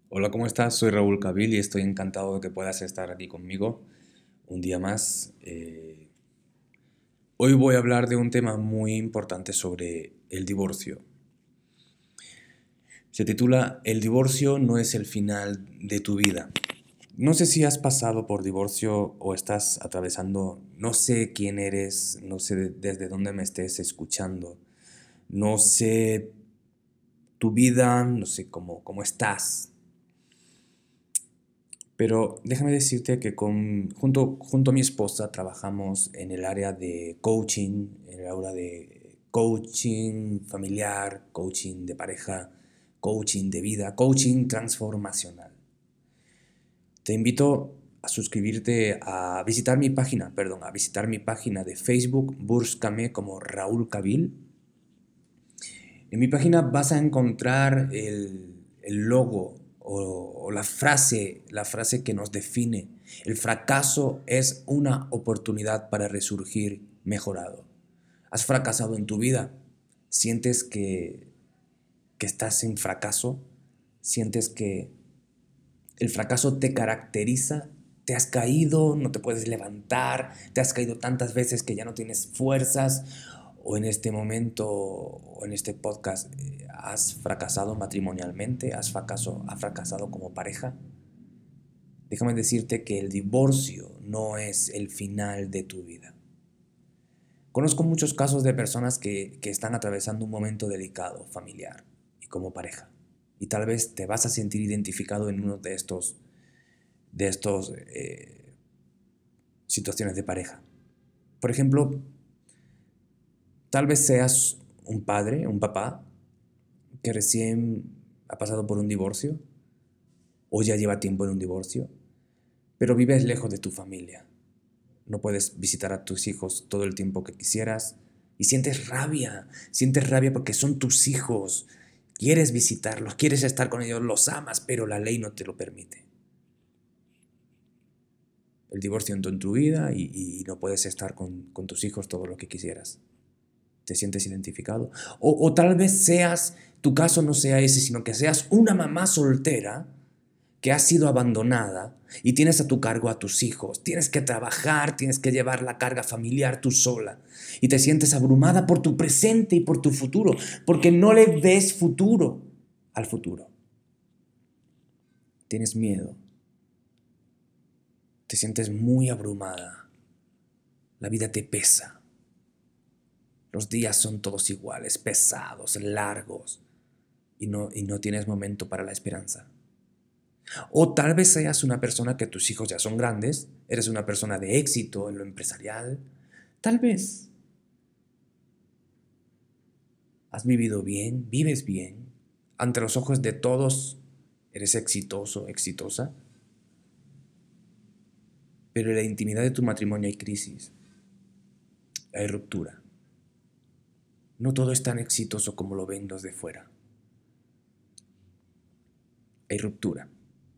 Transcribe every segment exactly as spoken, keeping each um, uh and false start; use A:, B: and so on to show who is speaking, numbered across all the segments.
A: Hola, ¿cómo estás? Soy Raúl Cabil y estoy encantado de que puedas estar aquí conmigo un día más. Eh, hoy voy a hablar de un tema muy importante sobre el divorcio. Se titula El divorcio no es el final de tu vida. No sé si has pasado por divorcio o estás atravesando, no sé quién eres, no sé de- desde dónde me estés escuchando, no sé tu vida, no sé cómo, cómo estás. Pero déjame decirte que con, junto, junto a mi esposa trabajamos en el área de coaching, en el área de coaching familiar, coaching de pareja, coaching de vida, coaching transformacional. Te invito a suscribirte, a visitar mi página, perdón, a visitar mi página de Facebook, búscame como Raúl Cabil. En mi página vas a encontrar el, el logo o, o la frase, la frase que nos define. El fracaso es una oportunidad para resurgir mejorado. ¿Has fracasado en tu vida? ¿Sientes que, que estás en fracaso? ¿Sientes que el fracaso te caracteriza? ¿Te has caído? ¿No te puedes levantar? ¿Te has caído tantas veces que ya no tienes fuerzas? ¿O en este momento o en este podcast eh, has fracasado matrimonialmente? ¿Has fracaso, has fracasado como pareja? Déjame decirte que el divorcio no es el final de tu vida. Conozco muchos casos de personas que, que están atravesando un momento delicado, familiar y como pareja. Y tal vez te vas a sentir identificado en uno de estos, de estos eh, situaciones de pareja. Por ejemplo, tal vez seas un padre, un papá, que recién ha pasado por un divorcio o ya lleva tiempo en un divorcio, pero vives lejos de tu familia. No puedes visitar a tus hijos todo el tiempo que quisieras y sientes rabia, sientes rabia porque son tus hijos. Quieres visitarlos, quieres estar con ellos, los amas, pero la ley no te lo permite. El divorcio entró en tu vida y, y no puedes estar con, con tus hijos todo lo que quisieras. ¿Te sientes identificado? O, o tal vez seas, tu caso no sea ese, sino que seas una mamá soltera que ha sido abandonada y tienes a tu cargo a tus hijos. Tienes que trabajar, tienes que llevar la carga familiar tú sola. Y te sientes abrumada por tu presente y por tu futuro, porque no le ves futuro al futuro. Tienes miedo, te sientes muy abrumada, la vida te pesa. Los días son todos iguales, pesados, largos, y no, y no tienes momento para la esperanza. O tal vez seas una persona que tus hijos ya son grandes, eres una persona de éxito en lo empresarial. Tal vez has vivido bien, vives bien, ante los ojos de todos eres exitoso, exitosa, pero en la intimidad de tu matrimonio hay crisis, hay ruptura. No todo es tan exitoso como lo ven los de fuera. Hay ruptura.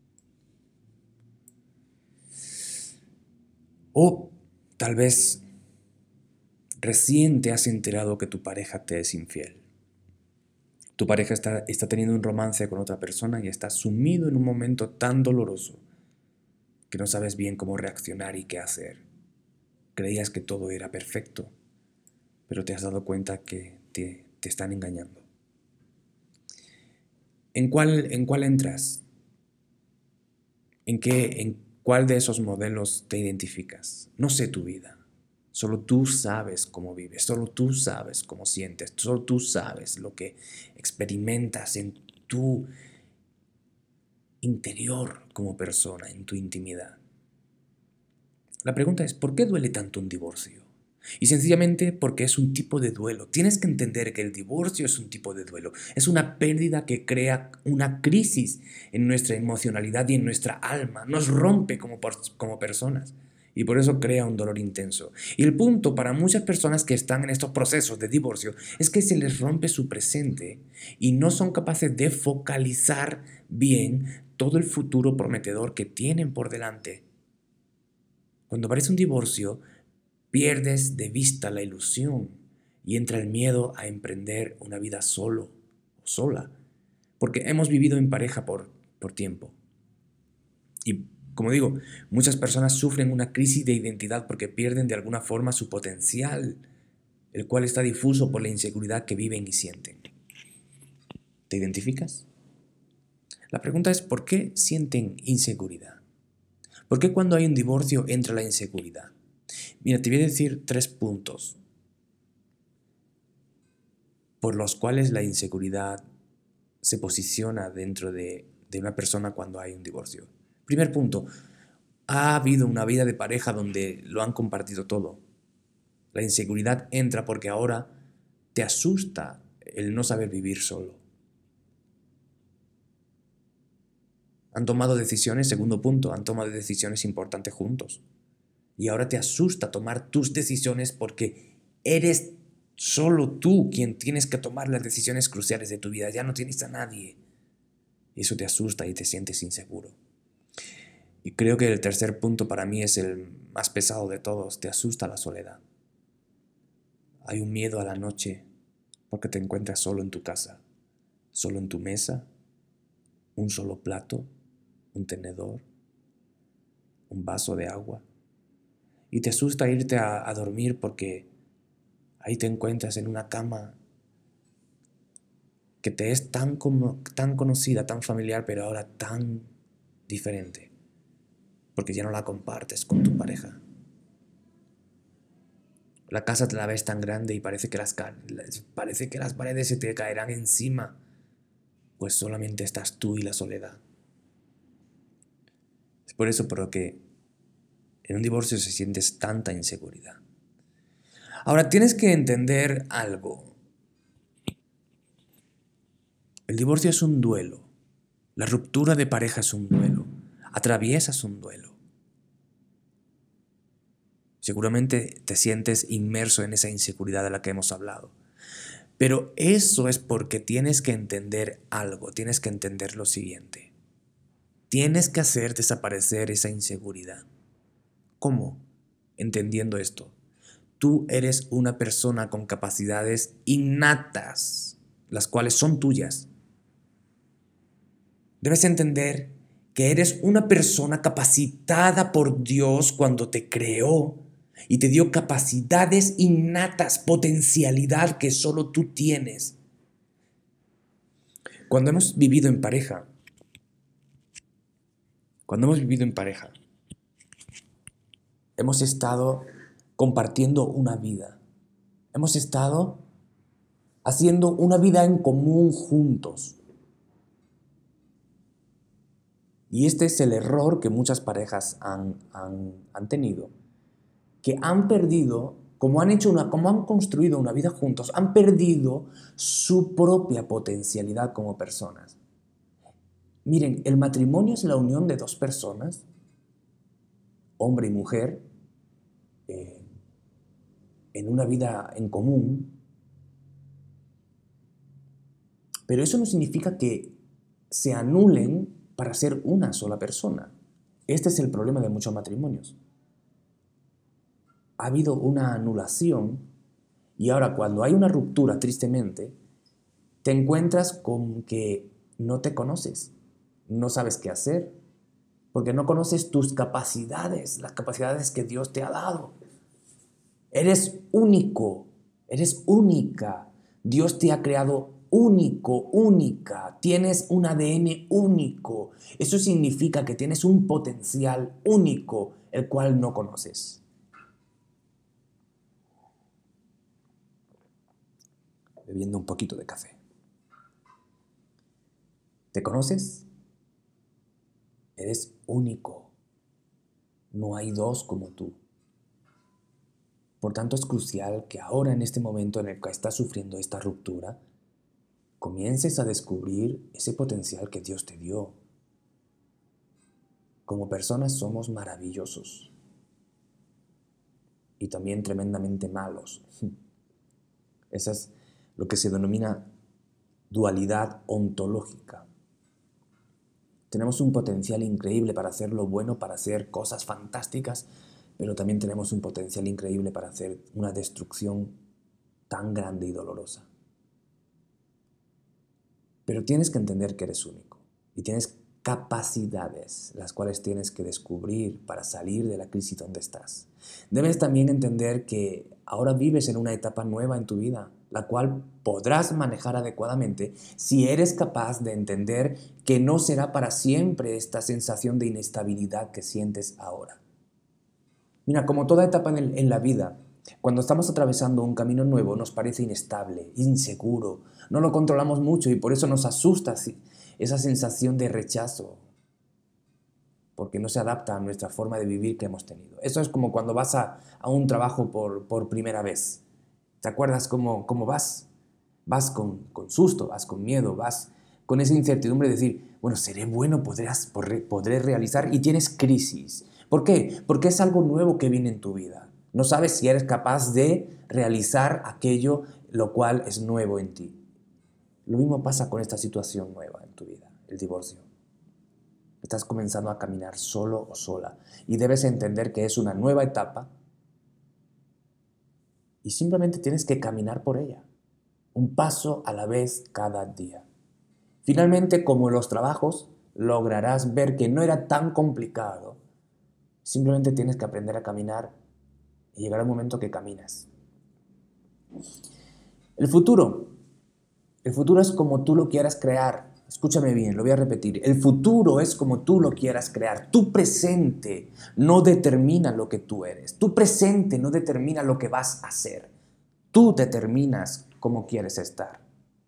A: O tal vez recién te has enterado que tu pareja te es infiel. Tu pareja está, está teniendo un romance con otra persona y estás sumido en un momento tan doloroso que no sabes bien cómo reaccionar y qué hacer. Creías que todo era perfecto, pero te has dado cuenta que te, te están engañando. ¿En cuál, en cuál entras? ¿En qué, en cuál de esos modelos te identificas? No sé tu vida. Solo tú sabes cómo vives, solo tú sabes cómo sientes, solo tú sabes lo que experimentas en tu interior como persona, en tu intimidad. La pregunta es, ¿por qué duele tanto un divorcio? Y sencillamente porque es un tipo de duelo. Tienes que entender que el divorcio es un tipo de duelo. Es una pérdida que crea una crisis en nuestra emocionalidad y en nuestra alma. Nos rompe como, como personas. Y por eso crea un dolor intenso. Y el punto para muchas personas que están en estos procesos de divorcio es que se les rompe su presente y no son capaces de focalizar bien todo el futuro prometedor que tienen por delante. Cuando aparece un divorcio, pierdes de vista la ilusión y entra el miedo a emprender una vida solo o sola. Porque hemos vivido en pareja por por tiempo. Y como digo, muchas personas sufren una crisis de identidad porque pierden de alguna forma su potencial, el cual está difuso por la inseguridad que viven y sienten. ¿Te identificas? La pregunta es, ¿por qué sienten inseguridad? ¿Por qué cuando hay un divorcio entra la inseguridad? Mira, te voy a decir tres puntos por los cuales la inseguridad se posiciona dentro de, de una persona cuando hay un divorcio. Primer punto, ha habido una vida de pareja donde lo han compartido todo. La inseguridad entra porque ahora te asusta el no saber vivir solo. Han tomado decisiones, segundo punto, han tomado decisiones importantes juntos. Y ahora te asusta tomar tus decisiones porque eres solo tú quien tienes que tomar las decisiones cruciales de tu vida. Ya no tienes a nadie. Y eso te asusta y te sientes inseguro. Y creo que el tercer punto para mí es el más pesado de todos. Te asusta la soledad. Hay un miedo a la noche porque te encuentras solo en tu casa, solo en tu mesa, un solo plato, un tenedor, un vaso de agua. Y te asusta irte a, a dormir porque ahí te encuentras en una cama que te es tan, como, tan conocida, tan familiar, pero ahora tan diferente, porque ya no la compartes con tu pareja. La casa te la ves tan grande y parece que las, parece que las paredes se te caerán encima, pues solamente estás tú y la soledad. Es por eso por lo que en un divorcio se siente tanta inseguridad. Ahora tienes que entender algo. El divorcio es un duelo. La ruptura de pareja es un duelo. Atraviesas un duelo. Seguramente te sientes inmerso en esa inseguridad de la que hemos hablado. Pero eso es porque tienes que entender algo, tienes que entender lo siguiente. Tienes que hacer desaparecer esa inseguridad. ¿Cómo? Entendiendo esto. Tú eres una persona con capacidades innatas, las cuales son tuyas. Debes entender que eres una persona capacitada por Dios cuando te creó y te dio capacidades innatas, potencialidad que solo tú tienes. Cuando hemos vivido en pareja, cuando hemos vivido en pareja, hemos estado compartiendo una vida. Hemos estado haciendo una vida en común juntos. Y este es el error que muchas parejas han, han, han tenido, que han perdido, como han hecho una, como han construido una vida juntos, han perdido su propia potencialidad como personas. Miren, el matrimonio es la unión de dos personas, hombre y mujer, eh, en una vida en común, pero eso no significa que se anulen para ser una sola persona. Este es el problema de muchos matrimonios. Ha habido una anulación y ahora cuando hay una ruptura, tristemente, te encuentras con que no te conoces, no sabes qué hacer, porque no conoces tus capacidades, las capacidades que Dios te ha dado. Eres único, eres única. Dios te ha creado único, única. Tienes un A D N único. Eso significa que tienes un potencial único, el cual no conoces. Bebiendo un poquito de café. ¿Te conoces? Eres único. No hay dos como tú. Por tanto, es crucial que ahora, en este momento en el que estás sufriendo esta ruptura, comiences a descubrir ese potencial que Dios te dio. Como personas somos maravillosos y también tremendamente malos. Esa es lo que se denomina dualidad ontológica. Tenemos un potencial increíble para hacer lo bueno, para hacer cosas fantásticas, pero también tenemos un potencial increíble para hacer una destrucción tan grande y dolorosa. Pero tienes que entender que eres único y tienes capacidades, las cuales tienes que descubrir para salir de la crisis donde estás. Debes también entender que ahora vives en una etapa nueva en tu vida, la cual podrás manejar adecuadamente si eres capaz de entender que no será para siempre esta sensación de inestabilidad que sientes ahora. Mira, como toda etapa en, el, en la vida, cuando estamos atravesando un camino nuevo nos parece inestable, inseguro, no lo controlamos mucho y por eso nos asusta esa sensación de rechazo, porque no se adapta a nuestra forma de vivir que hemos tenido. Eso es como cuando vas a, a un trabajo por, por primera vez. ¿Te acuerdas cómo, cómo vas? Vas con, con susto, vas con miedo, vas con esa incertidumbre de decir, bueno, seré bueno, podrás, podré, podré realizar, y tienes crisis. ¿Por qué? Porque es algo nuevo que viene en tu vida. No sabes si eres capaz de realizar aquello lo cual es nuevo en ti. Lo mismo pasa con esta situación nueva en tu vida, el divorcio. Estás comenzando a caminar solo o sola y debes entender que es una nueva etapa y simplemente tienes que caminar por ella, un paso a la vez cada día. Finalmente, como en los trabajos, lograrás ver que no era tan complicado. Simplemente tienes que aprender a caminar y llegará un momento que caminas. El futuro. El futuro es como tú lo quieras crear. Escúchame bien, lo voy a repetir. El futuro es como tú lo quieras crear. Tu presente no determina lo que tú eres. Tu presente no determina lo que vas a hacer. Tú determinas cómo quieres estar.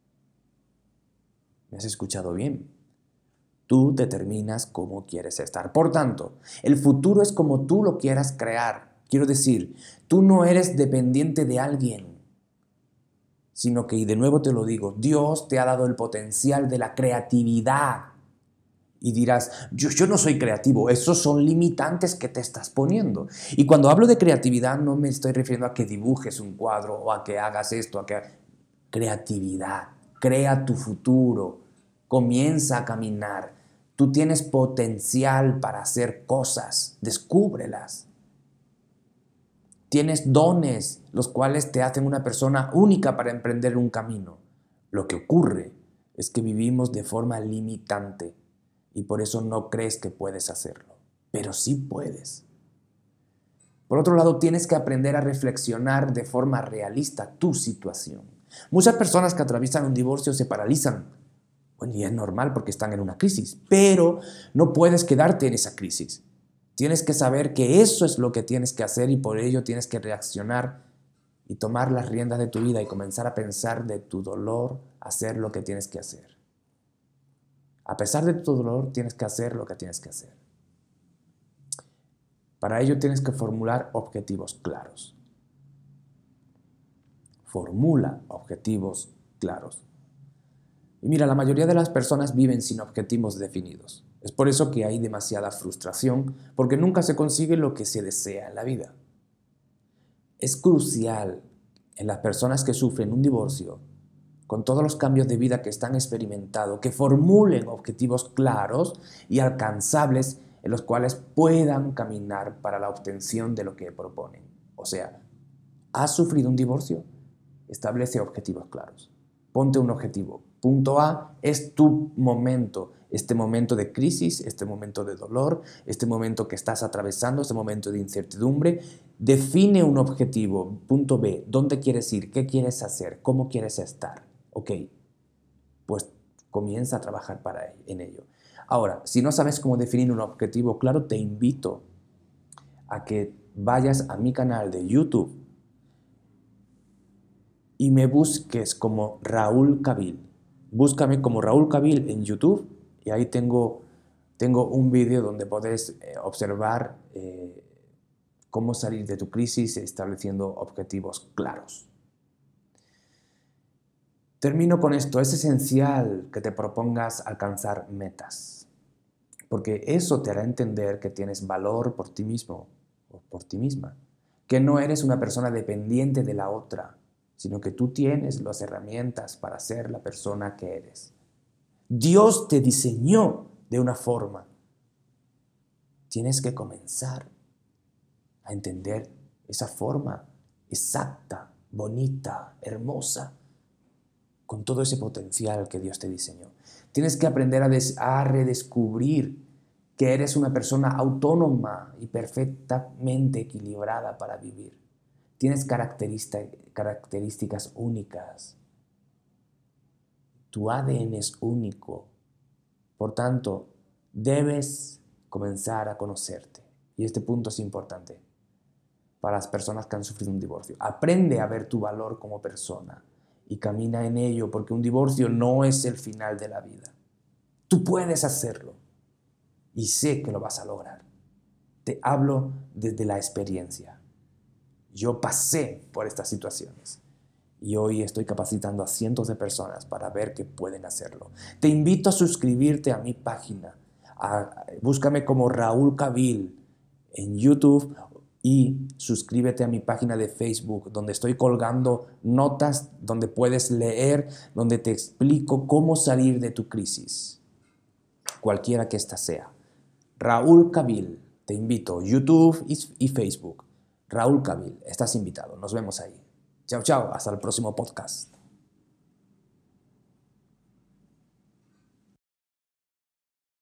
A: ¿Me has escuchado bien? Tú determinas cómo quieres estar. Por tanto, el futuro es como tú lo quieras crear. Quiero decir, tú no eres dependiente de alguien, sino que, y de nuevo te lo digo, Dios te ha dado el potencial de la creatividad. Y dirás, yo, yo no soy creativo, esos son limitantes que te estás poniendo. Y cuando hablo de creatividad no me estoy refiriendo a que dibujes un cuadro o a que hagas esto, a que... Creatividad, crea tu futuro, comienza a caminar. Tú tienes potencial para hacer cosas, descúbrelas. Tienes dones, los cuales te hacen una persona única para emprender un camino. Lo que ocurre es que vivimos de forma limitante y por eso no crees que puedes hacerlo, pero sí puedes. Por otro lado, tienes que aprender a reflexionar de forma realista tu situación. Muchas personas que atraviesan un divorcio se paralizan. Bueno, y es normal porque están en una crisis, pero no puedes quedarte en esa crisis. Tienes que saber que eso es lo que tienes que hacer y por ello tienes que reaccionar y tomar las riendas de tu vida y comenzar a pensar de tu dolor, hacer lo que tienes que hacer. A pesar de tu dolor, tienes que hacer lo que tienes que hacer. Para ello tienes que formular objetivos claros. Formula objetivos claros. Y mira, la mayoría de las personas viven sin objetivos definidos. Es por eso que hay demasiada frustración, porque nunca se consigue lo que se desea en la vida. Es crucial en las personas que sufren un divorcio, con todos los cambios de vida que están experimentando, que formulen objetivos claros y alcanzables en los cuales puedan caminar para la obtención de lo que proponen. O sea, ¿has sufrido un divorcio? Establece objetivos claros. Ponte un objetivo. Punto A es tu momento, este momento de crisis, este momento de dolor, este momento que estás atravesando, este momento de incertidumbre. Define un objetivo. Punto B, ¿dónde quieres ir? ¿Qué quieres hacer? ¿Cómo quieres estar? Ok, pues comienza a trabajar para en ello. Ahora, si no sabes cómo definir un objetivo claro, te invito a que vayas a mi canal de YouTube y me busques como Raúl Kabil. Búscame como Raúl Kabil en YouTube y ahí tengo, tengo un vídeo donde podés eh, observar eh, cómo salir de tu crisis estableciendo objetivos claros. Termino con esto. Es esencial que te propongas alcanzar metas, porque eso te hará entender que tienes valor por ti mismo o por ti misma, que no eres una persona dependiente de la otra, sino que tú tienes las herramientas para ser la persona que eres. Dios te diseñó de una forma. Tienes que comenzar a entender esa forma exacta, bonita, hermosa, con todo ese potencial que Dios te diseñó. Tienes que aprender a, des- a redescubrir que eres una persona autónoma y perfectamente equilibrada para vivir. Tienes característica- características únicas. Tu A D N es único. Por tanto, debes comenzar a conocerte. Y este punto es importante para las personas que han sufrido un divorcio. Aprende a ver tu valor como persona y camina en ello, porque un divorcio no es el final de la vida. Tú puedes hacerlo y sé que lo vas a lograr. Te hablo desde la experiencia. Yo pasé por estas situaciones y hoy estoy capacitando a cientos de personas para ver que pueden hacerlo. Te invito a suscribirte a mi página. A, búscame como Raúl Kabil en YouTube y suscríbete a mi página de Facebook, donde estoy colgando notas, donde puedes leer, donde te explico cómo salir de tu crisis, cualquiera que ésta sea. Raúl Kabil, te invito, YouTube y, y Facebook. Raúl Kabil, estás invitado. Nos vemos ahí. Chao, chao. Hasta el próximo podcast.